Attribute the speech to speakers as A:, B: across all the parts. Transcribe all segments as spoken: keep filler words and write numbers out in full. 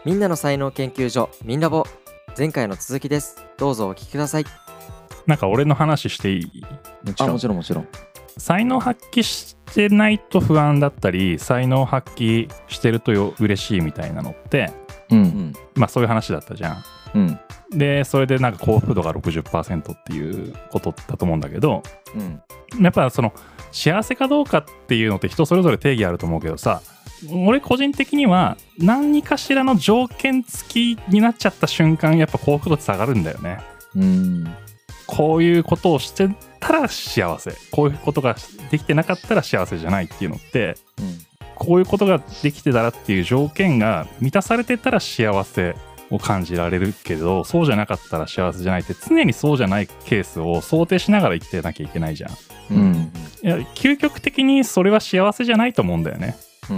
A: みんなの才能研究所ミンラボ、前回の続きです。どうぞお聞きください。
B: なんか俺の話していい？
C: もちろんもちろんもちろん。
B: 才能発揮してないと不安だったり、才能発揮してるとよ嬉しいみたいなのって、
C: うん、
B: まあそういう話だったじゃん。
C: うん、
B: でそれでなんか幸福度が ろくじゅっパーセント っていうことだと思うんだけど、
C: うん、
B: やっぱその幸せかどうかっていうのって人それぞれ定義あると思うけどさ、俺個人的には何かしらの条件付きになっちゃった瞬間やっぱ幸福度って下がるんだよね。
C: うん、
B: こういうことをしてたら幸せ、こういうことができてなかったら幸せじゃないっていうのって、
C: うん、
B: こういうことができてたらっていう条件が満たされてたら幸せを感じられるけど、そうじゃなかったら幸せじゃないって、常にそうじゃないケースを想定しながら生きてなきゃいけないじゃん。
C: うん、
B: いや究極的にそれは幸せじゃないと思うんだよね。
C: うん、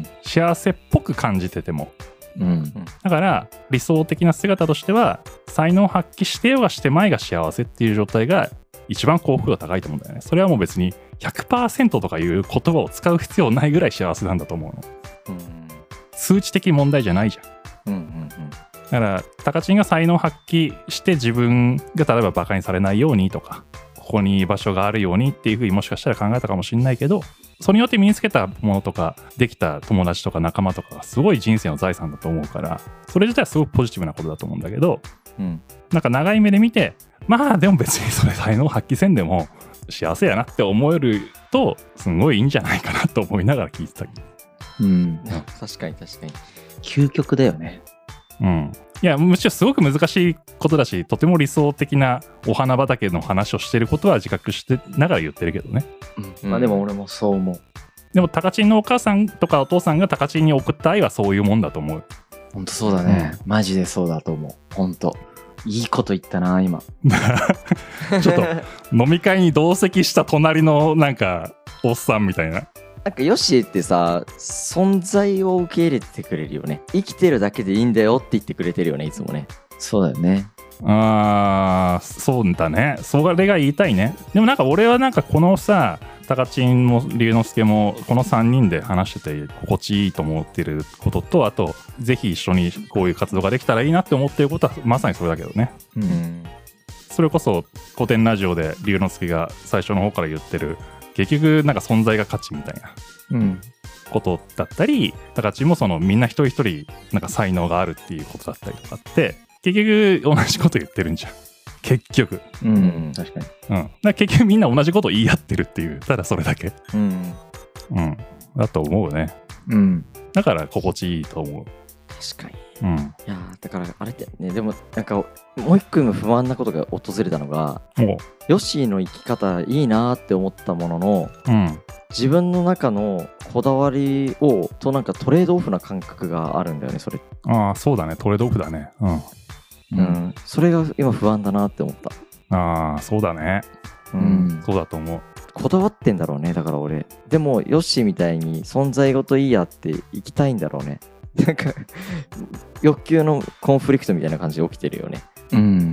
B: 幸せっぽく感じてても、
C: うん、
B: だから理想的な姿としては才能を発揮してようがしてまいが幸せっていう状態が一番幸福度が高いと思うんだよね。それはもう別に ひゃくパーセント とかいう言葉を使う必要ないぐらい幸せなんだと思うの。
C: うん、
B: 数値的問題じゃないじゃん。
C: うん、うん、
B: だからタカチンが才能を発揮して自分が例えばバカにされないようにとか、ここに居場所があるようにっていうふうにもしかしたら考えたかもしれないけど、それによって身につけたものとかできた友達とか仲間とかがすごい人生の財産だと思うから、それ自体はすごくポジティブなことだと思うんだけど、
C: うん、
B: なんか長い目で見て、まあでも別にそれ才能を発揮せんでも幸せやなって思えるとすごいいいんじゃないかなと思いながら聞いてた。
C: うん、
A: 確かに確かに
C: 究極だよね。
B: うん、いやむしろすごく難しいことだし、とても理想的なお花畑の話をしてることは自覚してながら言ってるけどね。
C: うん、まあでも俺もそう思う。
B: でもタカチンのお母さんとかお父さんがタカチンに送った愛はそういうもんだと思う。
C: ほんとそうだね、うん、マジでそうだと思う。ほんといいこと言ったな今
B: ちょっと飲み会に同席した隣のなんかおっさんみたいな。
A: なんかヨッシーってさ、存在を受け入れてくれるよね。生きてるだけでいいんだよって言ってくれてるよね、いつもね。
C: そうだよね。
B: あーそうだね、それが言いたいね。でもなんか俺はなんかこのさ、タカチンも龍之介もこのさんにんで話してて心地いいと思ってることと、あとぜひ一緒にこういう活動ができたらいいなって思ってることはまさにそれだけどね。
C: うん、
B: それこそ古典ラジオで龍之介が最初の方から言ってる、結局なんか存在が価値みたいなことだったり、うん、タカチンもそのみんな一人一人なんか才能があるっていうことだったりとかって結局同じこと言ってるんじゃん結局。
C: うん、うん、確かに。
B: うん、だから結局みんな同じことを言い合ってるっていう、ただそれだけ。
A: うん、
B: うん、だと思うね。
C: うん、
B: だから心地いいと思う。
A: 確かに。
B: うん、い
A: やだからあれってね、でもなんかもう一個今不安なことが訪れたのが、ヨッシーの生き方いいなって思ったものの、
B: うん、
A: 自分の中のこだわりをとなんかトレードオフな感覚があるんだよね、それ。
B: ああそうだね、トレードオフだね。うん、
A: うんうん、それが今不安だなって思った。
B: ああそうだね、
A: うん、
B: そうだと思う。
A: こだわってんだろうね、だから俺。でもヨッシーみたいに存在ごといいやって生きたいんだろうね。なんか欲求のコンフリクトみたいな感じで起きてるよね。
C: うん、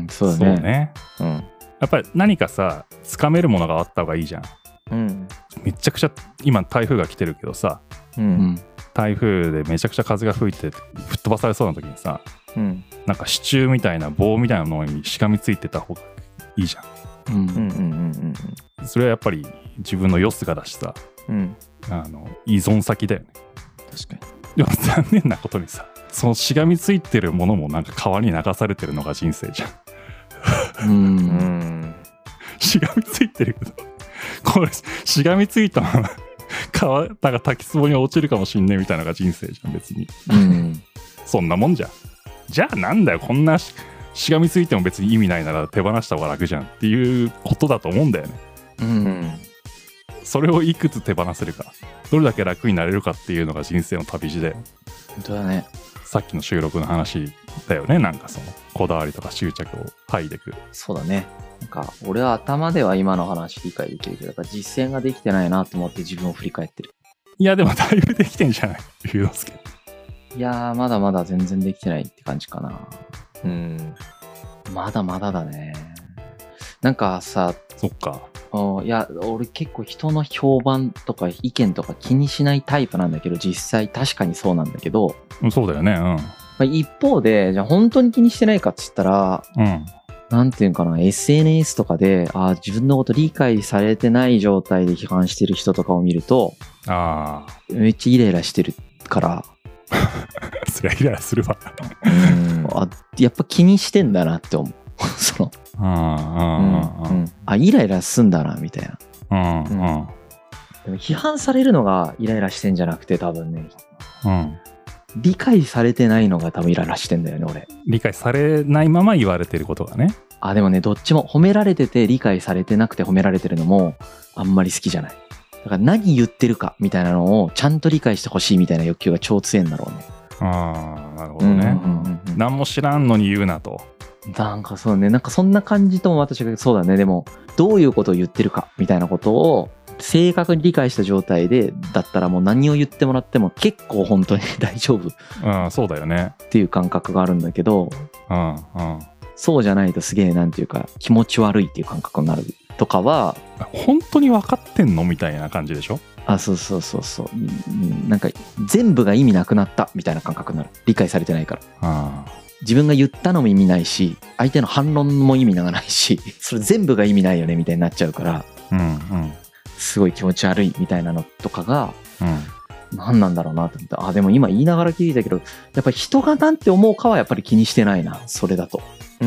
C: そうだね。
B: そうね、
A: うん、
B: やっぱり何かさ掴めるものがあった方がいいじゃん。
A: うん、
B: めちゃくちゃ今台風が来てるけどさ、
A: うん、
B: 台風でめちゃくちゃ風が吹いて吹っ飛ばされそうな時にさ、
A: うん、
B: なんか支柱みたいな棒みたいなものにしがみついてた方がいいじゃん。
A: うんうんうんうん
B: うん、それはやっぱり自分のよすがだしさ、
A: うん、
B: あの依存先だよね。
A: 確かに。
B: でも残念なことにさ、そのしがみついてるものもなんか川に流されてるのが人生じゃん。
C: うん、
B: しがみついてるけど、これしがみついたまま川なんか滝壺に落ちるかもしんねえみたいなのが人生じゃん別に。
C: うん、
B: そんなもんじゃん。じゃあなんだよ、こんな し, しがみついても別に意味ないなら手放した方が楽じゃんっていうことだと思うんだよね。
C: うん、
B: それをいくつ手放せるか、どれだけ楽になれるかっていうのが人生の旅路で。
C: 本当だね。
B: さっきの収録の話だよね。なんかそのこだわりとか執着を剥いでく。
C: そうだね。なんか俺は頭では今の話理解できるけど、やっぱ実践ができてないなと思って自分を振り返ってる。
B: いやでもだいぶできてんじゃない龍之介。
C: いやーまだまだ全然できてないって感じかな。
A: うん、
C: まだまだだね。なんかさ、
B: そっか。
C: いや俺結構人の評判とか意見とか気にしないタイプなんだけど、実際確かにそうなんだけど、
B: そうだよね。
C: まあ、一方で、じゃあ本当に気にしてないかって言ったら、
B: うん
C: なんていうかな、エスエヌエス とかで、あ自分のこと理解されてない状態で批判してる人とかを見ると、
B: ああ
C: めっちゃイライラしてるから、
B: そりゃイライラするわ。
C: うんあやっぱ気にしてんだなって思う。その、
B: うんうんうんうん
C: あ、イライラすんだな、みたいな。
B: うんうん
C: でも批判されるのがイライラしてんじゃなくて、多分ね、
B: うん
C: 理解されてないのが多分イライラしてんだよね、俺。
B: 理解されないまま言われてることがね。
C: あ、でもね、どっちも褒められてて理解されてなくて褒められてるのもあんまり好きじゃない。だから何言ってるかみたいなのをちゃんと理解してほしいみたいな欲求が超強いんだろうね。
B: ああなるほどね、
C: うんうんうんうん、
B: 何も知らんのに言うなと。
C: なんかそうね、なんかそんな感じとも私がそうだね。でもどういうことを言ってるかみたいなことを正確に理解した状態でだったらもう何を言ってもらっても結構本当に大丈夫っ
B: うんそうだよね。
C: ていう感覚があるんだけど、
B: うんうん
C: そうじゃないとすげえなんていうか気持ち悪いっていう感覚になるとかは、
B: 本当に分かってんのみたいな感じでしょ。
C: あ、そうそうそうそう、うんなんか全部が意味なくなったみたいな感覚になる。理解されてないから。
B: あ
C: 自分が言ったのも意味ないし、相手の反論も意味がないし、それ全部が意味ないよねみたいになっちゃうから、
B: うんうん
C: すごい気持ち悪いみたいなのとかが
B: うん
C: 何なんだろうなと思って、あ、でも今言いながら聞いたけど、やっぱり人がなんて思うかはやっぱり気にしてないな、それだと。
A: うん。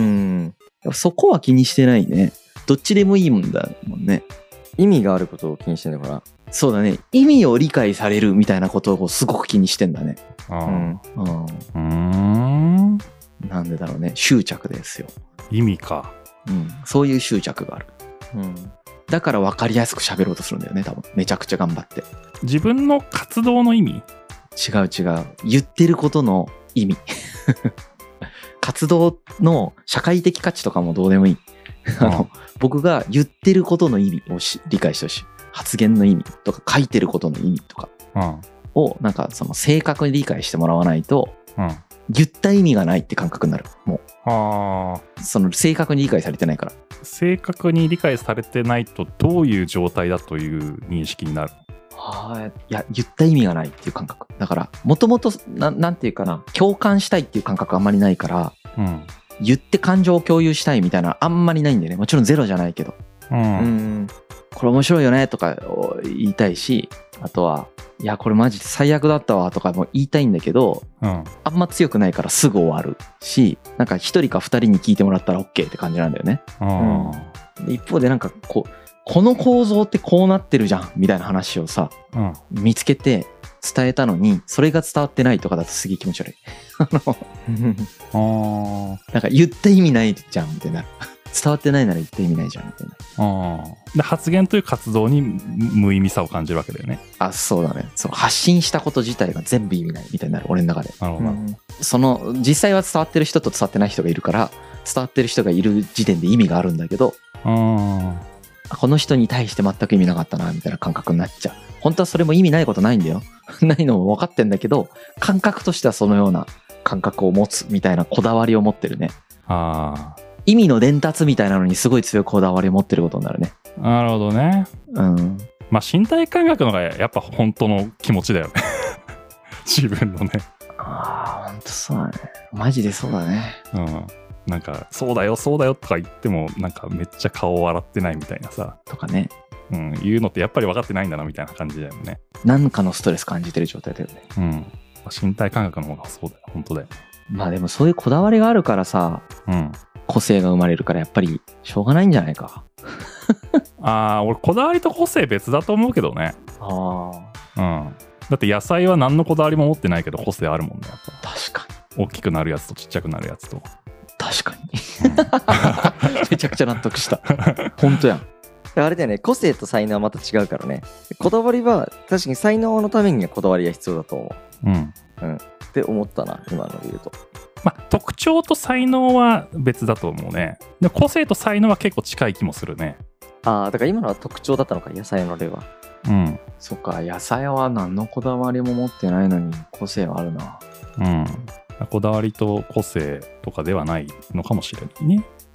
C: そこは気にしてないね。どっちでもいいもんだもんね。
A: 意味があることを気にしてるから。
C: そうだね。意味を理解されるみたいなことをすごく気にしてんだね。
B: あー
A: うん。
C: うん。
B: うーん
C: なんでだろうね。執着ですよ。
B: 意味か。
C: うん。そういう執着がある。
A: うん。
C: だから分かりやすく喋ろうとするんだよね、多分。めちゃくちゃ頑張って。
B: 自分の活動の意味。
C: 違う違う。言ってることの意味。活動の社会的価値とかもどうでもいい。あの、僕が言ってることの意味をし理解してほしい。発言の意味とか書いてることの意味とか
B: うん
C: をなんかその正確に理解してもらわないと、
B: うん
C: 言った意味がないって感覚になる。も
B: あ
C: う、その正確に理解されてないから。
B: 正確に理解されてないとどういう状態だという認識になる。
C: はい。いや、言った意味がないっていう感覚。だから、もともと、なんていうかな、共感したいっていう感覚あんまりないから、
B: うん
C: 言って感情を共有したいみたいなあんまりないんだよね。もちろんゼロじゃないけど。
B: うん
A: う
B: うん
A: ん。
C: これ面白いよねとか言いたいし、あとは、いや、これマジで最悪だったわとかも言いたいんだけど、
B: うん
C: あんま強くないからすぐ終わるし、なんか一人か二人に聞いてもらったら OK って感じなんだよね。
B: うん
C: で一方でなんかこう、この構造ってこうなってるじゃんみたいな話をさ、
B: うん
C: 見つけて伝えたのに、それが伝わってないとかだとすげえ気持ち悪い。あの、
B: あー
C: なんか言った意味ないじゃんみたいな。伝わってないなら言った意味ないじゃんみたいな。
B: あーで発言という活動に無意味さを感じるわけだよね。
C: あ、そうだね。その発信したこと自体が全部意味ないみたいになる、俺の中で。
B: なるほど、
C: その、実際は伝わってる人と伝わってない人がいるから、伝わってる人がいる時点で意味があるんだけど、
B: うん
C: この人に対して全く意味なかったなみたいな感覚になっちゃう。本当はそれも意味ないことないんだよ。ないのも分かってんだけど、感覚としてはそのような感覚を持つみたいなこだわりを持ってるね。
B: あ
C: 意味の伝達みたいなのにすごい強いこだわりを持ってることになるね。
B: あなるほどね。
C: うん。
B: まあ身体感覚のがやっぱ本当の気持ちだよね。自分のね。
C: ああ、ほんとそうだね。マジでそうだね。
B: うんなんかそうだよそうだよとか言ってもなんかめっちゃ顔を洗ってないみたいなさ、
C: とかね。
B: うん、言うのってやっぱり分かってないんだなみたいな感じだよね。
C: 何かのストレス感じてる状態だよね。
B: うん身体感覚の方がそうだよ本当だよ。
C: まあでもそういうこだわりがあるからさ、
B: うん
C: 個性が生まれるからやっぱりしょうがないんじゃないか。
B: ああ俺こだわりと個性別だと思うけどね。
C: ああ。
B: うんだって野菜は何のこだわりも持ってないけど個性あるもんねやっぱ。
C: 確か
B: 大きくなるやつとちっちゃくなるやつと。
C: 確かに。めちゃくちゃ納得した。本当やん。
A: あれだよね、個性と才能はまた違うからね。こだわりは確かに才能のためにはこだわりが必要だと思
B: うん
A: う。うん。って思ったな、今ので言うと。
B: まあ特徴と才能は別だと思うね。で個性と才能は結構近い気もするね。
A: ああ、だから今のは特徴だったのか、野菜の例は。
B: うん
C: そっか、野菜は何のこだわりも持ってないのに個性はあるな。
B: うんこだわりと個性とかではないのかもしれないね。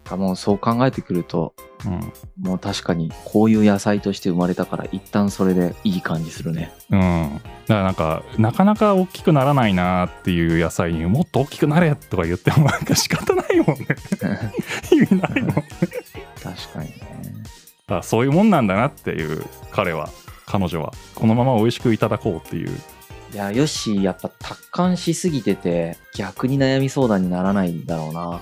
C: かもうそう考えてくると、
B: うん
C: もう確かにこういう野菜として生まれたから一旦それでいい感じするね。
B: うん、だからなんかなかなか大きくならないなっていう野菜にもっと大きくなれとか言ってもなんか仕方ないもんね意味ないもんね
C: 確かにね。
B: だからそういうもんなんだなっていう、彼は彼女はこのまま美味しくいただこうっていう。
C: いや、よし、やっぱ達観しすぎてて逆に悩み相談にならないんだろうな。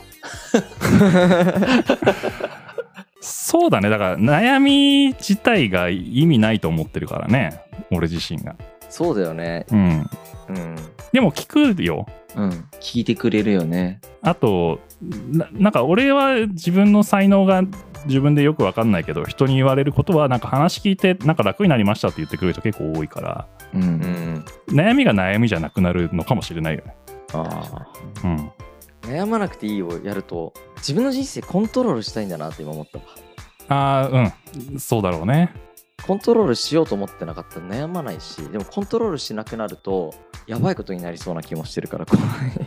B: そうだね、だから悩み自体が意味ないと思ってるからね、俺自身が。
A: そうだよね。
B: うん
A: うん。
B: でも聞くよ。
C: うん、聞いてくれるよね。
B: あと な, なんか俺は自分の才能が自分でよく分かんないけど、人に言われることはなんか話聞いてなんか楽になりましたって言ってくれる人結構多いから、
C: うん、
A: うん。
B: 悩みが悩みじゃなくなるのかもしれないよね。
C: あ
B: うん、
A: 悩まなくていいをやると自分の人生コントロールしたいんだなって今思ったわ。
B: あーうんそうだろうね。
A: コントロールしようと思ってなかったら悩まないし、でもコントロールしなくなるとやばいことになりそうな気もしてるから怖い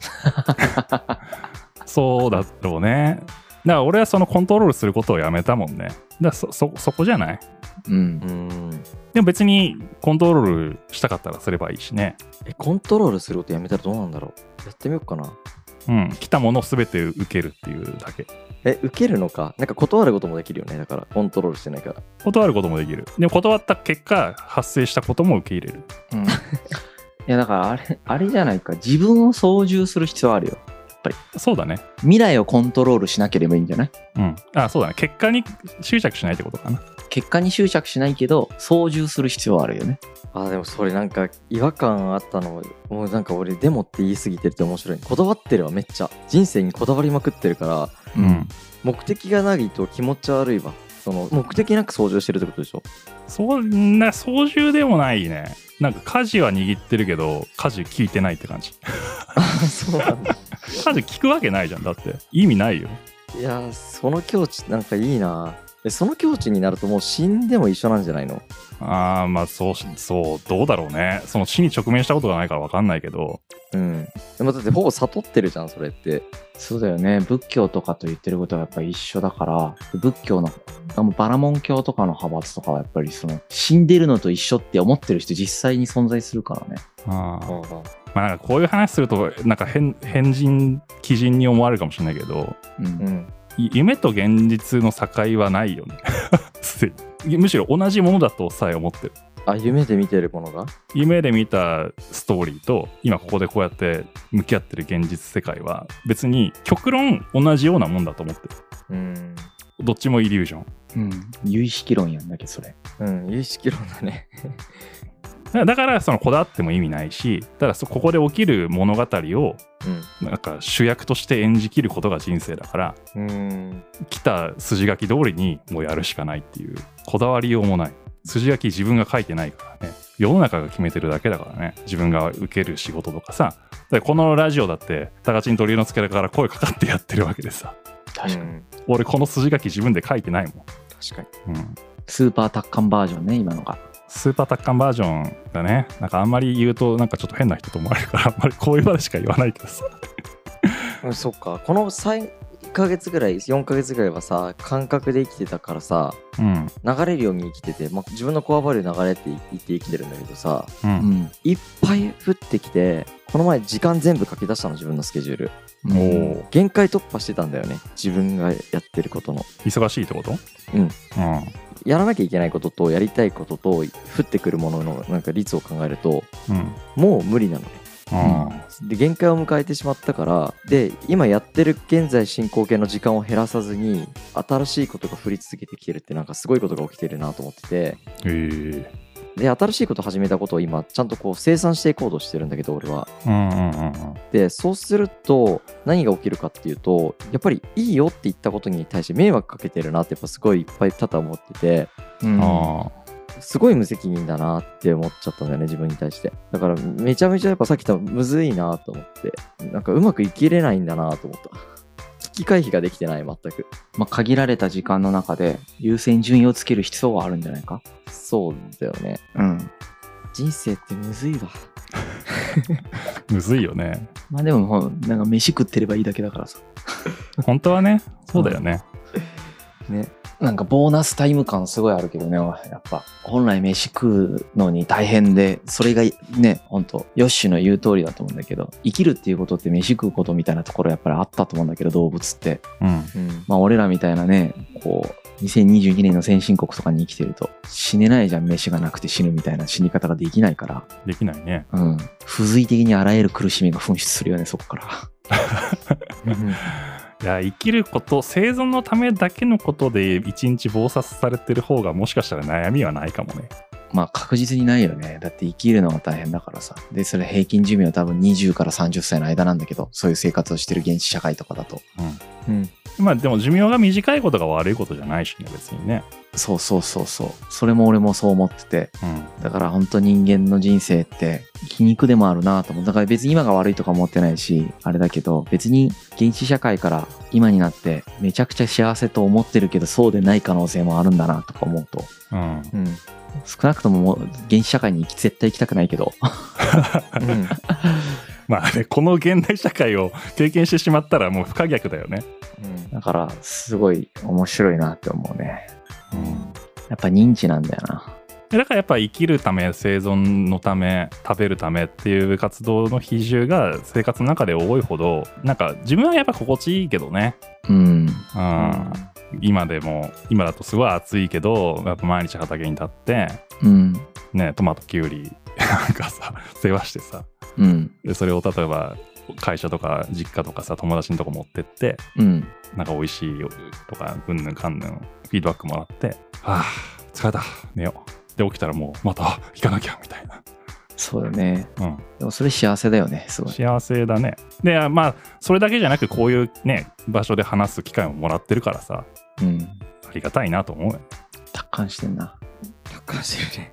B: そうだろうね。だから俺はそのコントロールすることをやめたもんね。だからそそそこじゃない。
C: うん、
A: うん
B: でも別にコントロールしたかったらすればいいしね。
A: えコントロールすることやめたらどうなんだろう。やってみようかな。
B: うん来たものを全て受けるっていうだけ。
A: え受けるのか。なんか断ることもできるよね。だからコントロールしてないから。
B: 断ることもできる。でも断った結果発生したことも受け入れる。
C: うん、いやだからあれあれじゃないか、自分を操縦する必要あるよ。
B: そうだね。
C: 未来をコントロールしなければいいんじゃない？
B: うんあそうだね。結果に執着しないってことかな。
C: 結果に執着しないけど操縦する必要はあるよね。
A: あでもそれなんか違和感あったの。もうなんか俺でもって言い過ぎてるって面白い。こだわってるわめっちゃ。人生にこだわりまくってるから
B: うん、
A: 目的がないと気持ち悪いわ。その目的なく操縦してるってことでしょ。
B: そんな操縦でもないね。なんか舵は握ってるけど舵聞いてないって感じ。
A: あそうなんだ。
B: 舵聞くわけないじゃん。だって意味ないよ。
A: いやーその境地なんかいいな。えその境地になるともう死んでも一緒なんじゃないの？
B: ああまあそうそうどうだろうね。その死に直面したことがないから分かんないけど。
A: うんでもだってほぼ悟ってるじゃんそれって。
C: そうだよね。仏教とかと言ってることはやっぱり一緒だから、仏教のあのバラモン教とかの派閥とかはやっぱりその死んでるのと一緒って思ってる人実際に存在するからね。
B: ああまあなんかこういう話するとなんか変変人奇人に思われるかもしれないけど、
C: うん、
A: うん
B: 夢と現実の境はないよねむしろ同じものだとさえ思ってる。
A: あ夢で見てるものが
B: 夢で見たストーリーと今ここでこうやって向き合ってる現実世界は別に極論同じようなもんだと思ってる。
A: うん
B: どっちもイリュージョン。
C: うん、有意識論やんだけどそれ。
A: うん有意識論だね
B: だからそのこだわっても意味ないし、ただそここで起きる物語をなんか主役として演じきることが人生だから、
A: うん、うん
B: 来た筋書き通りにもうやるしかないっていう、こだわりようもない。筋書き自分が書いてないからね。世の中が決めてるだけだからね。自分が受ける仕事とかさ。でこのラジオだってタカチン鳥居の付けから声かかってやってるわけでさ。
C: 確かに、
A: うん、
B: 俺この筋書き自分で書いてないもん。
A: 確か
B: に、うん、
C: スーパータッカンバージョンね今のが。
B: スーパータッカンバージョンだね。なんかあんまり言うとなんかちょっと変な人と思われるからあんまりこういう場でしか言わないけどさ
A: うん、そっかこのさんかげつぐらいよんかげつぐらいはさ感覚で生きてたからさ、
B: うん、
A: 流れるように生きてて、まあ、自分のこわばる流れって言って生きてるんだけどさ、
B: う
C: うんん、
A: いっぱい降ってきてこの前時間全部書き出したの自分のスケジュール。
B: おー
A: 限界突破してたんだよね自分がやってることの。
B: 忙しいってこと？
A: うん、
B: うん、
A: やらなきゃいけないこととやりたいことと降ってくるもののなんか率を考えると
B: うん、
A: もう無理なのね。
B: あ
A: で限界を迎えてしまったから、で今やってる現在進行形の時間を減らさずに新しいことが降り続けてきてるってなんかすごいことが起きてるなと思ってて、
B: へえ。
A: で新しいこと始めたことを今ちゃんとこう生産していこうとしてるんだけど俺は。
B: うんうんうんうん。
A: でそうすると何が起きるかっていうとやっぱりいいよって言ったことに対して迷惑かけてるなってやっぱすごいいっぱい多々思ってて、
C: うん
B: あ
A: すごい無責任だなって思っちゃったんだよね自分に対して。だからめちゃめちゃやっぱさっき言ったむずいなと思って、なんかうまく生きれないんだなと思った。危機回避ができてない全く。
C: まあ、限られた時間の中で優先順位をつける必要はあるんじゃないか。
A: そうだよね。
C: うん。
A: 人生ってむずいわ。
B: むずいよね。
C: まあでももうなんか飯食ってればいいだけだからさ。
B: 本当はね、そうだよね。
C: ね。なんかボーナスタイム感すごいあるけどね、やっぱ。本来飯食うのに大変で、それがね、ほんと、ヨッシュの言う通りだと思うんだけど、生きるっていうことって飯食うことみたいなところやっぱりあったと思うんだけど、動物って。
B: うん。
A: うん
C: まあ俺らみたいなね、こう、にせんにじゅうにねんの先進国とかに生きてると、死ねないじゃん、飯がなくて死ぬみたいな死に方ができないから。
B: できないね。
C: うん。付随的にあらゆる苦しみが噴出するよね、そこから。
B: いや、生きること、生存のためだけのことで一日忙殺されてる方がもしかしたら悩みはないかもね。
C: まあ確実にないよね。だって生きるのが大変だからさ。で、それ平均寿命は多分にじゅうからさんじゅっさいの間なんだけど、そういう生活をしてる現地社会とかだと。
B: うん。
A: うん
B: まあでも寿命が短いことが悪いことじゃないしね、別にね。
C: そうそうそうそう。それも俺もそう思ってて。
B: うん。
C: だから本当人間の人生って皮肉でもあるなと思う。だから別に今が悪いとか思ってないし、あれだけど、別に現地社会から今になってめちゃくちゃ幸せと思ってるけど、そうでない可能性もあるんだなとか思うと。
B: うん。
A: うん
C: 少なくとももう現地社会に絶対行きたくないけど。
A: うん
B: まあね、この現代社会を経験してしまったらもう不可逆だよね。
A: うん
C: だからすごい面白いなって思うね。
B: うん。
C: やっぱ認知なんだよな。
B: だからやっぱ生きるため、生存のため、食べるためっていう活動の比重が生活の中で多いほど、なんか自分はやっぱ心地いいけどね。
C: うん。
B: うん。今でも、今だとすごい暑いけど、やっぱ毎日畑に立って
C: うん。
B: ね、トマト、キュウリなんかさ世話してさ、
C: うん。
B: でそれを例えば会社とか実家とかさ、友達のとこ持ってって
C: うん。
B: なんか美味しいよとかうんぬんかんぬんフィードバックもらって、はあ疲れた寝ようで起きたらもうまた行かなきゃみたいな。
C: そうだね。
B: うん、
C: でもそれ幸せだよね、すごい。
B: 幸せだね。でまあそれだけじゃなく、こういうね場所で話す機会ももらってるからさ、
C: うん。
B: ありがたいなと思うよ。
C: 達観してんな。
A: 達観してるね。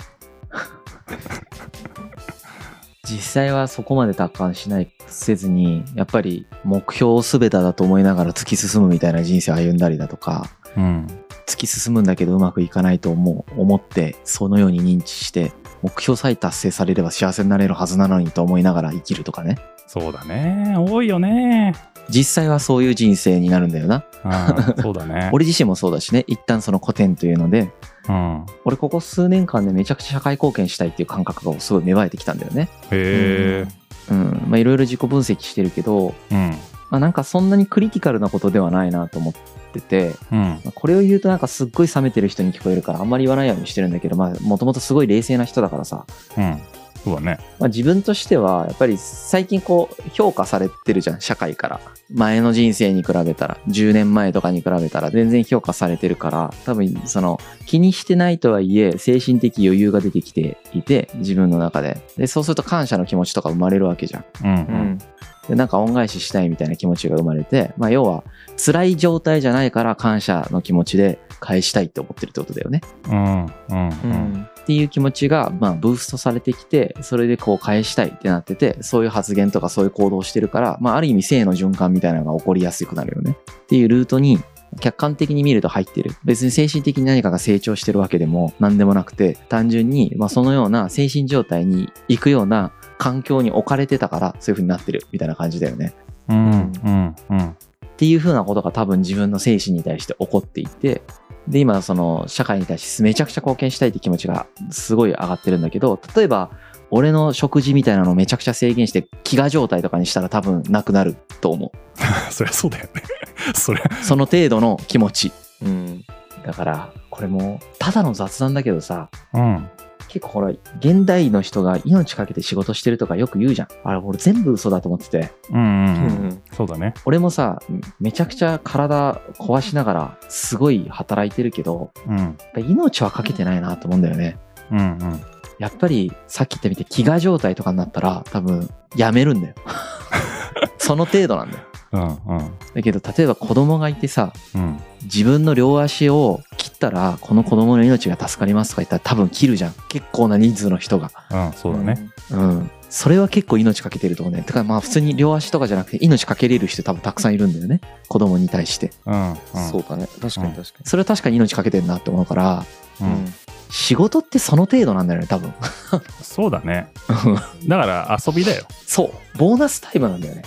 C: 実際はそこまで達観しないせずに、やっぱり目標を全てだと思いながら突き進むみたいな人生を歩んだりだとか、
B: うん
C: 突き進むんだけどうまくいかないと思う思ってそのように認知して目標さえ達成されれば幸せになれるはずなのにと思いながら生きるとかね。
B: そうだね、多いよね。
C: 実際はそういう人生になるんだよな。
B: うん、そうだね。
C: 俺自身もそうだしね。一旦その古典というので、
B: うん、
C: 俺ここ数年間でめちゃくちゃ社会貢献したいっていう感覚がすごい芽生えてきたんだよね。
B: へえ。
C: うん。まあいろいろ自己分析してるけど、
B: うん
C: まあ、なんかそんなにクリティカルなことではないなと思ってて、
B: うん
C: まあこれを言うとなんかすっごい冷めてる人に聞こえるからあんまり言わないようにしてるんだけど、まあもともとすごい冷静な人だからさ、
B: うんそうだね。
C: まあ、自分としてはやっぱり最近こう評価されてるじゃん、社会から。前の人生に比べたら、じゅうねんまえとかに比べたら全然評価されてるから、多分その気にしてないとはいえ精神的余裕が出てきていて、自分の中で。で、そうすると感謝の気持ちとか生まれるわけじゃん。
B: うんう
A: うんん
C: で、なんか恩返ししたいみたいな気持ちが生まれて、まあ要は辛い状態じゃないから感謝の気持ちで返したいって思ってるってことだよね。
B: うんうん
A: う
B: うん
A: ん
C: っていう気持ちが、まあ、ブーストされてきて、それでこう返したいってなってて、そういう発言とかそういう行動をしてるから、まあ、ある意味性の循環みたいなのが起こりやすくなるよね。っていうルートに、客観的に見ると入ってる。別に精神的に何かが成長してるわけでも何でもなくて、単純に、まあ、そのような精神状態に行くような環境に置かれてたから、そういう風になってるみたいな感じだよね。
B: うんうんうん
C: っていう風なことが多分自分の精神に対して起こっていて、で、今その社会に対してめちゃくちゃ貢献したいって気持ちがすごい上がってるんだけど、例えば俺の食事みたいなのをめちゃくちゃ制限して飢餓状態とかにしたら多分なくなると思
B: そりゃそうだよね。それ
C: う。その程度の気持ち。
A: うん
C: だからこれもただの雑談だけどさ、
B: うん
C: 結構ほら、現代の人が命かけて仕事してるとかよく言うじゃん。あれ俺全部嘘だと思ってて。
B: うんうん
A: う
B: うん
A: ん
B: そうだね。
C: 俺もさ、めちゃくちゃ体壊しながらすごい働いてるけど、
B: うん
C: やっぱ命はかけてないなと思うんだよね。
B: うんうん
C: やっぱりさっき言ったみたいに飢餓状態とかになったら多分やめるんだよ。その程度なんだよ。
B: うんうん
C: だけど例えば子供がいてさ、
B: うん
C: 自分の両足を切ったらこの子供の命が助かりますとか言ったら多分切るじゃん。結構な人数の人が。
B: うんそうだね。
C: うん。それは結構命かけてると思うね。だからまあ普通に両足とかじゃなくて命かけれる人多分たくさんいるんだよね。子供に対して。
B: うんうん
A: そうだね確かに確か
C: それは確かに命かけてるなって思うから、
B: う
A: にうんん
C: 仕事ってその程度なんだよね、多分。
B: そうだね。だから遊びだよ。
C: そう。ボーナスタイムなんだよね、これ。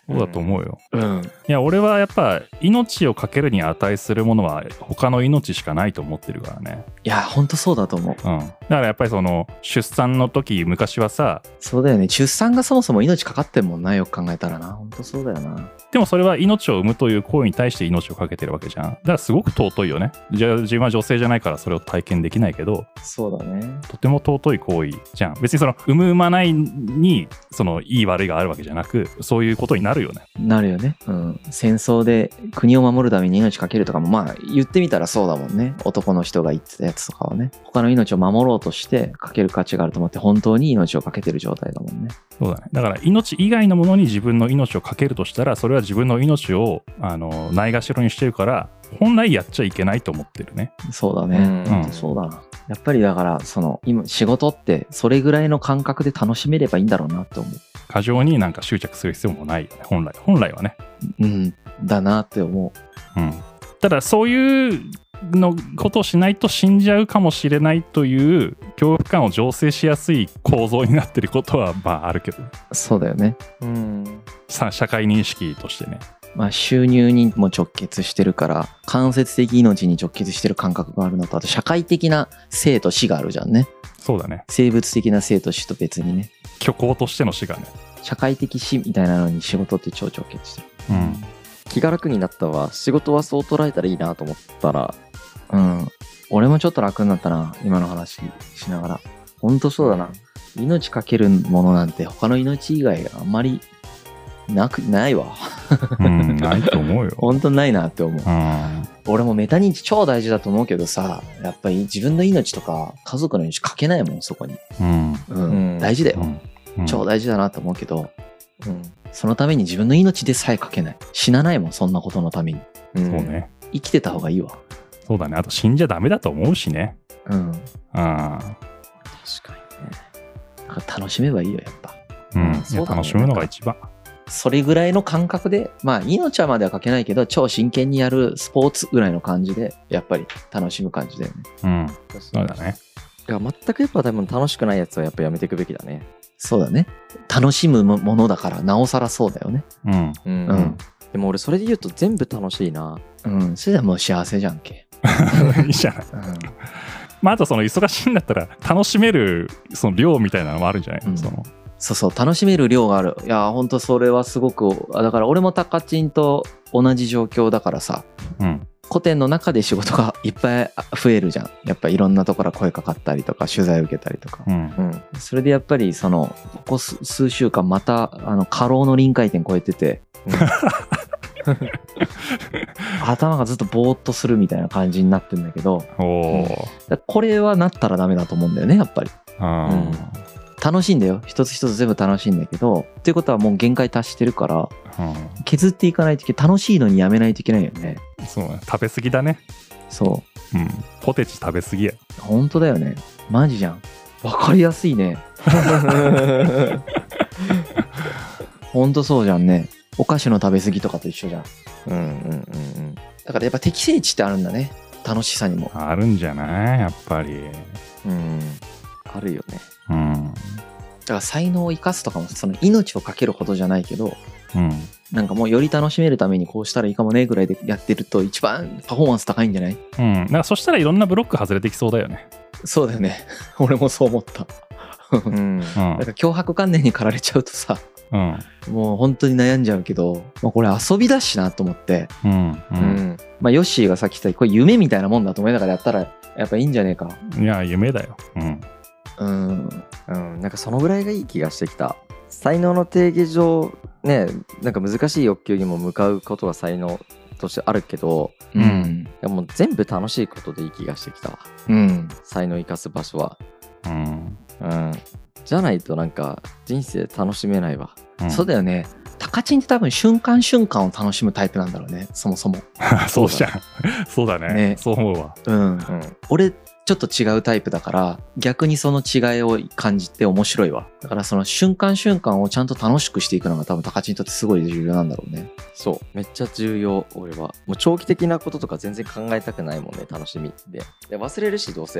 B: そうだと思うよ。
C: うん。
B: いや俺はやっぱ命をかけるに値するものは他の命しかないと思ってるからね。
C: いや、ほんとそうだと思う。
B: うん。だからやっぱりその出産の時昔はさ、
C: そうだよね。出産がそもそも命かかってんもんな、よく考えたらな。ほんとそうだよな。
B: でもそれは命を産むという行為に対して命をかけてるわけじゃん。だからすごく尊いよね。じゃあ自分は女性じゃないからそれを体験できないけど、
C: そうだね。
B: とても尊い行為じゃん。別にその産む産まないにそのいい悪いがあるわけじゃなく、そういうことになるよね。
C: なるよね。うん。戦争で国を守るために命かけるとかも、まあ言ってみたらそうだもんね。男の人が言ってたやつとかはね。他の命を守ろうとしてかける価値があると思って本当に命をかけてる状態だもんね。
B: そうだね。だから命以外のものに自分の命をかけるとしたら、それは自分の命をあのないがしろにしてるから、本来やっちゃいけないと思ってるね。
C: そうだね。
B: うん
C: うん、そうだな。やっぱりだから、その、今、仕事ってそれぐらいの感覚で楽しめればいいんだろうなって思う。
B: 過剰になんか執着する必要もないよね。本来。本来はね。
C: うん。だなって思
B: うん。ただそういうのことをしないと死んじゃうかもしれないという恐怖感を醸成しやすい構造になってることはまああるけど、
C: う。そうだよね。
A: うん。
B: さ社会認識としてね。
C: まあ、収入にも直結してるから、間接的命に直結してる感覚があるのと、あと社会的な生と死があるじゃんね。
B: そうだね。
C: 生物的な生と死と別にね。
B: 虚構としての死がね。
C: 社会的死みたいなのに仕事って超直結してる。
B: うん。
A: 気が楽になったわ。仕事はそう捉えたらいいなと思ったら、
C: うん。俺もちょっと楽になったな、今の話しながら。ほんとそうだな。命かけるものなんて他の命以外あんまりなく、ないわ。
B: うん、ないと思うよ。
C: ほんとないなって思う。
B: うん。
C: 俺もメタ認知超大事だと思うけどさ、やっぱり自分の命とか家族の命かけないもん、そこに。
B: うん。
C: うん。
A: うん
C: 大事だよ。
B: うん。
C: 超大事だなと思うけど、
A: うん。
C: そのために自分の命でさえかけない。死なないもん、そんなことのために。
A: そう
B: そうね。
C: 生きてた方がいいわ。
B: そうだね。あと死んじゃダメだと思うしね。
C: うん。
B: うん。
A: 確かにね。
C: だから楽しめばいいよ、やっぱ。
B: うん。いや
A: そうだね
B: 楽しむのが一番。
C: それぐらいの感覚で、まあ命はまではかけないけど、超真剣にやるスポーツぐらいの感じで、やっぱり楽しむ感じだよね。
B: うん。そうだね。
A: いや、全くやっぱ多分楽しくないやつはやっぱやめていくべきだね。
C: そうだね。楽しむものだから、なおさらそうだよね。
B: うん。
A: うん
C: うん
A: でも俺それで言うと全部楽しいな。
C: うん。それではもう幸せじゃんけ。
B: いいじゃない。
C: うん。
B: まあ、あとその忙しいんだったら楽しめるその量みたいなのもあるんじゃない、
C: うん
B: その
C: そうそう、楽しめる量がある。いや、ほんとそれはすごく、あだから俺もタカチンと同じ状況だからさ、
B: うん。
C: 古典の中で仕事がいっぱい増えるじゃん。やっぱいろんなところから声かかったりとか、取材受けたりとか。
B: うん。
A: うん。
C: それでやっぱりその、ここ数数週間また、あの、過労の臨界点超えてて、頭がずっとぼーっとするみたいな感じになってんだけど、
B: おお。
C: だこれはなったらダメだと思うんだよね、やっぱり。
B: うん。
C: 楽しいんだよ。一つ一つ全部楽しいんだけど、っていうことはもう限界達してるから、
B: う
C: 削っていかないといけない。楽しいのにやめないといけないよね。
B: ん。そうね。食べ過ぎだね。
C: そ
B: うん。ポテチ食べ過ぎや。
C: う。本当だよね。マジじゃん。わかりやすいね。本当そうじゃんね。お菓子の食べ過ぎとかと一緒じゃん。
A: うんうんうんうん。
C: だからやっぱ適正値ってあるんだね。楽しさにも。
B: あるんじゃないやっぱり。
A: うん。あるよね。
B: うん。
C: だから才能を生かすとかも、その命をかけるほどじゃないけど、
B: うん。
C: なんかもうより楽しめるためにこうしたらいいかもねぐらいでやってると一番パフォーマンス高いんじゃない？
B: うん。なんかそしたらいろんなブロック外れてきそうだよね。
C: そうだよね。俺もそう思った。
A: うん。
B: うん
C: なんか脅迫観念に駆られちゃうとさ、
B: うん。
C: もう本当に悩んじゃうけど、まあ、これ遊びだしなと思って、
B: うん。う。
A: うんん。
C: まあヨッシーがさっき言ったこれ夢みたいなもんだと思いながらやったらやっぱいいんじゃねえか。
B: いや、夢だよ。うん。
C: うん。
A: うん。なんかそのぐらいがいい気がしてきた。才能の定義上、ね、なんか難しい欲求にも向かうことが才能としてあるけど、
C: うん。
A: いやもう全部楽しいことでいい気がしてきた。
C: うん。
A: 才能生かす場所は。
B: うん。
A: うん。じゃないとなんか人生楽しめないわ。
B: うん、
C: そうだよね。タカチンって多分瞬間瞬間を楽しむタイプなんだろうね。そもそも。
B: そうじゃん。そうだね。
C: ね
B: そう思うわ。
C: うん。
A: うん。
C: 俺ちょっと違うタイプだから逆にその違いを感じて面白いわ。だからその瞬間瞬間をちゃんと楽しくしていくのが多分タカチンにとってすごい重要なんだろうね。
A: そう。めっちゃ重要、俺は。もう長期的なこととか全然考えたくないもんね、楽しみで。で忘れるし、どうせ。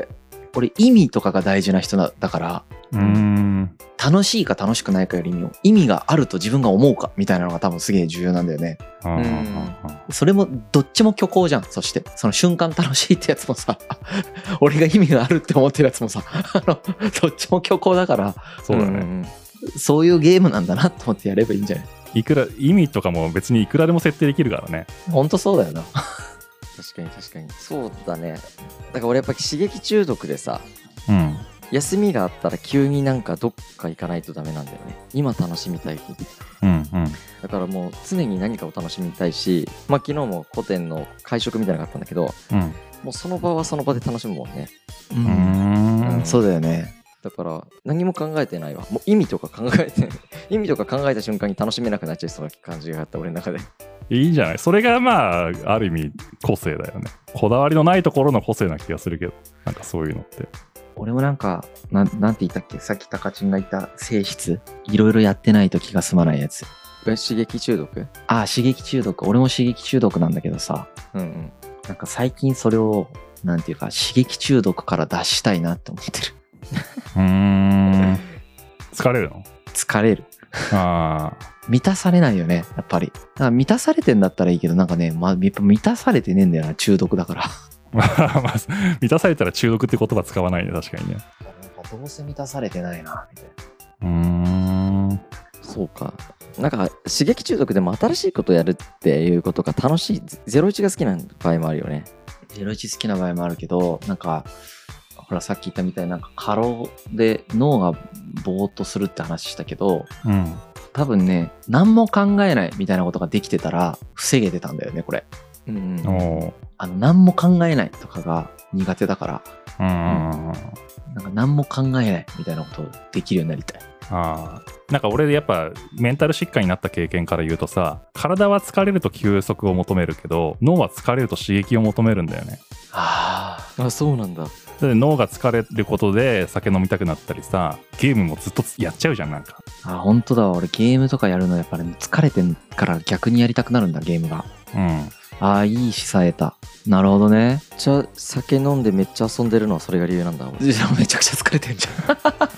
C: 俺意味とかが大事な人だだから
B: うーん。
C: 楽しいか楽しくないかよりも意味があると自分が思うかみたいなのが多分すげえ重要なんだよね。
B: うんうんうん
C: それもどっちも虚構じゃん。そしてその瞬間楽しいってやつもさ俺が意味があるって思ってるやつもさあのどっちも虚構だから
B: そうだね。
A: んんん
C: そういうゲームなんだなと思ってやればいいんじゃない？
B: いくら意味とかも別にいくらでも設定できるからね。
C: ほんとそうだよな。
A: 確かに確かにそうだね。だから俺やっぱ刺激中毒でさ、
B: うん。
A: 休みがあったら急になんかどっか行かないとダメなんだよね。今楽しみたいみたいな。
B: うんうん。
A: だからもう常に何かを楽しみたいし、まあ昨日も古典の会食みたいなのがあったんだけど、
B: うん。
A: もうその場はその場で楽しむもんね。
C: う
B: うーん。
A: うん
C: そうだよね。
A: だから何も考えてないわ。もう意味とか考えてない意味とか考えた瞬間に楽しめなくなっちゃいそうな感じがあった俺の中で。
B: いいんじゃない？それがまあある意味個性だよね。こだわりのないところの個性な気がするけど、なんかそういうのって。
C: 俺もなんかなんなんて言ったっけ、さっきタカチンが言った性質、いろいろやってないと気が済まないやつ。
A: え刺激中毒？
C: ああ、刺激中毒。俺も刺激中毒なんだけどさ、
A: うんうん。
C: なんか最近それをなんていうか刺激中毒から脱したいなって思ってる。
B: うーん。疲れるの？
C: 疲れる。
B: ああ。
C: 満たされないよね、やっぱり。だから満たされてんだったらいいけど、なんかね、まあ、やっぱ満たされてねえんだよな、中毒だから。
B: まあ、満たされたら中毒って言葉使わないね、確かにね。
C: なんかどうせ満たされてないな、みたいな。
B: うーん。
A: そうか。なんか刺激中毒でも新しいことやるっていうことが楽しい。ゼロイチが好きな場合もあるよね。
C: ゼロイチ好きな場合もあるけど、なんか、ほらさっき言ったみたいになんか過労で脳がぼーっとするって話したけど、
B: うん。
C: 多分ね、何も考えないみたいなことができてたら防げてたんだよね、これ。
A: うんうん。
B: おー。
C: あの、何も考えないとかが苦手だから、
B: うんうんうん。
C: なんか何も考えないみたいなことをできるようになりたい。
B: ああ。なんか俺やっぱメンタル疾患になった経験から言うとさ、体は疲れると休息を求めるけど、脳は疲れると刺激を求めるんだよね。
C: あ
A: あ、そうなんだ。
B: で脳が疲れることで酒飲みたくなったりさ、ゲームもずっとやっちゃうじゃん、なんか。
C: あ、本当だわ。俺ゲームとかやるのやっぱり疲れてんから逆にやりたくなるんだ、ゲームが。
B: うん。
C: ああ、いいしさえた。なるほどね。
A: じゃあ酒飲んでめっちゃ遊んでるのはそれが理由なんだ。俺
C: じゃあめちゃくちゃ疲れてんじゃん。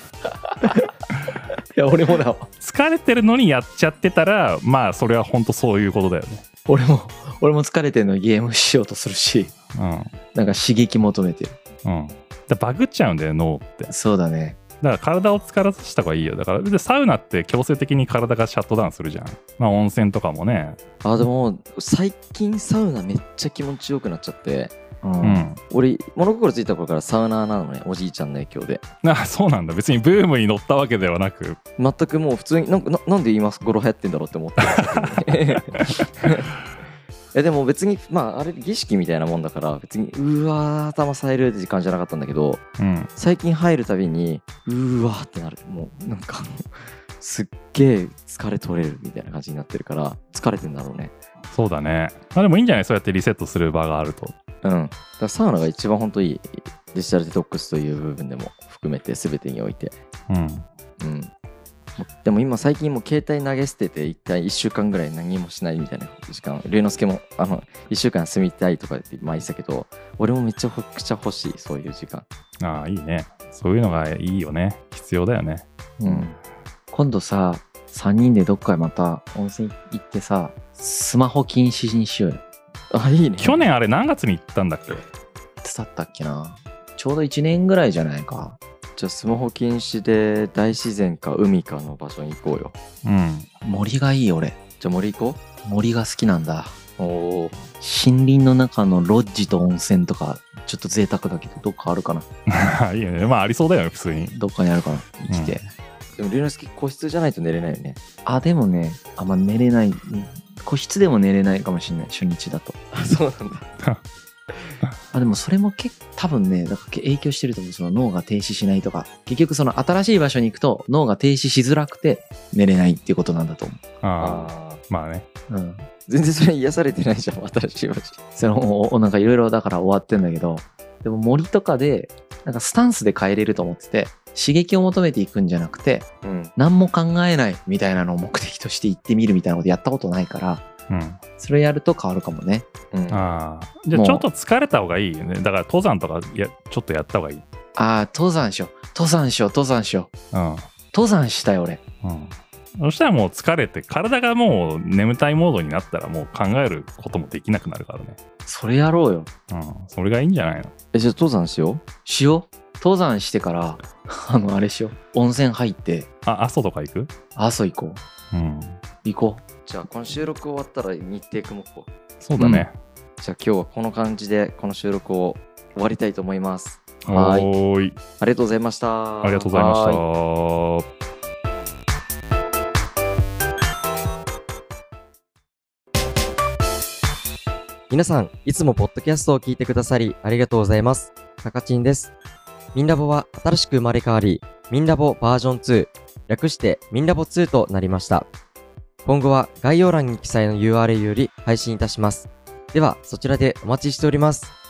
C: いや、俺もだわ。
B: 疲れてるのにやっちゃってたら、まあそれは本当そういうことだよね。
C: 俺も、俺も疲れてんのにゲームしようとするし、
B: うん。
C: なんか刺激求めてる。
B: うん。だバグっちゃうんだよ、脳って。
C: そうだね。
B: だから体を疲らせた方がいいよ。だからでサウナって強制的に体がシャットダウンするじゃん。まあ温泉とかもね。
A: あ、でも最近サウナめっちゃ気持ちよくなっちゃって、
C: う。
B: うんん。
A: 俺物心ついた頃からサウナーなのね、おじいちゃんの影響で。
B: あ、そうなんだ。別にブームに乗ったわけではなく。
A: 全くもう普通になんか な, なんで今頃流行ってんだろうって思ってえでも別にまああれ儀式みたいなもんだから別にうわー頭冴えるって時間じゃなかったんだけど、
B: うん。
A: 最近入るたびにうーわーってなる。もうなんかすっげえ疲れ取れるみたいな感じになってるから疲れてんだろうね。
B: そうだね。まあでもいいんじゃない？そうやってリセットする場があると。
A: うん。だからサウナが一番本当いい。デジタルデトックスという部分でも含めて全てにおいて。
B: うん。
A: うん。でも今最近もう携帯投げ捨てて一回いっしゅうかんぐらい何もしないみたいな時間、龍之介もあのいっしゅうかん休みたいとかって前言ってたけど、俺もめっちゃくちゃ欲しい、そういう時間。
B: ああ、いいね。そういうのがいいよね。必要だよね。
C: うん。今度さ、さんにんでどっかへまた温泉行ってさ、スマホ禁止にしようよ。
A: あ、いいね。
B: 去年あれ何月に行ったんだっけ？
C: いつだったっけな。ちょうどいちねんぐらいじゃないか。
A: じゃあスマホ禁止で大自然か海かの場所に行こうよ。
B: うん。
C: 森がいい俺。
A: じゃあ森行こ
C: 森が好きなんだ。
A: う。おお。
C: 森林の中のロッジと温泉とか、ちょっと贅沢だけど、どっかあるかな。
B: いいよね。まあありそうだよね、普通に。
C: どっかにあるかな。生きて。
A: でも龍之介個室じゃないと寝れないよね。
C: あ、でもね、あんま寝れない。個室でも寝れないかもしれない、初日だと。
A: あ、そうなんだ。
C: あ、でもそれも結構多分ね、だから影響してると思う。その脳が停止しないとか。結局その新しい場所に行くと脳が停止しづらくて寝れないっていうことなんだと思
B: ああ。
A: ああ。
B: まあね。
C: う。うん。
A: 全然それ癒されてないじゃん、新しい場所。
C: その、おなんかいろいろだから終わってんだけど、でも森とかで、なんかスタンスで変えれると思ってて、刺激を求めていくんじゃなくて、
A: うん。
C: 何も考えないみたいなのを目的として行ってみるみたいなことやったことないから、
B: うん。
C: それやると変わるかもね。
A: うん、
B: ああ。じゃあちょっと疲れた方がいいよね。だから登山とかやちょっとやった方がいい。
C: ああ、登山しよう。登山しよう、登山しよう。
B: うん
C: 登山したい俺。
B: うんそしたらもう疲れて体がもう眠たいモードになったらもう考えることもできなくなるからね。
C: それやろうよ。
B: うんそれがいいんじゃないの。
A: え、じゃあ登山しよ
C: しよう。登山してからあのあれしよう。温泉入って
B: あ阿蘇とか行く。
C: 阿蘇行こう。
B: うん
C: 行こ
A: う。じゃあこの収録終わったら日程組もう。
B: そうだね、
A: じゃあ今日はこの感じでこの収録を終わりたいと思います。
C: はい
B: おーい
A: ありがとうございました。
B: ありがとうございました
C: は
A: 皆さん、いつもポッドキャストを聞いてくださりありがとうございます。たかちんです。ミンラボは新しく生まれ変わり、ミンラボバージョンツー、略してミンラボツーとなりました。今後は概要欄に記載の ユーアールエル より配信いたします。では、そちらでお待ちしております。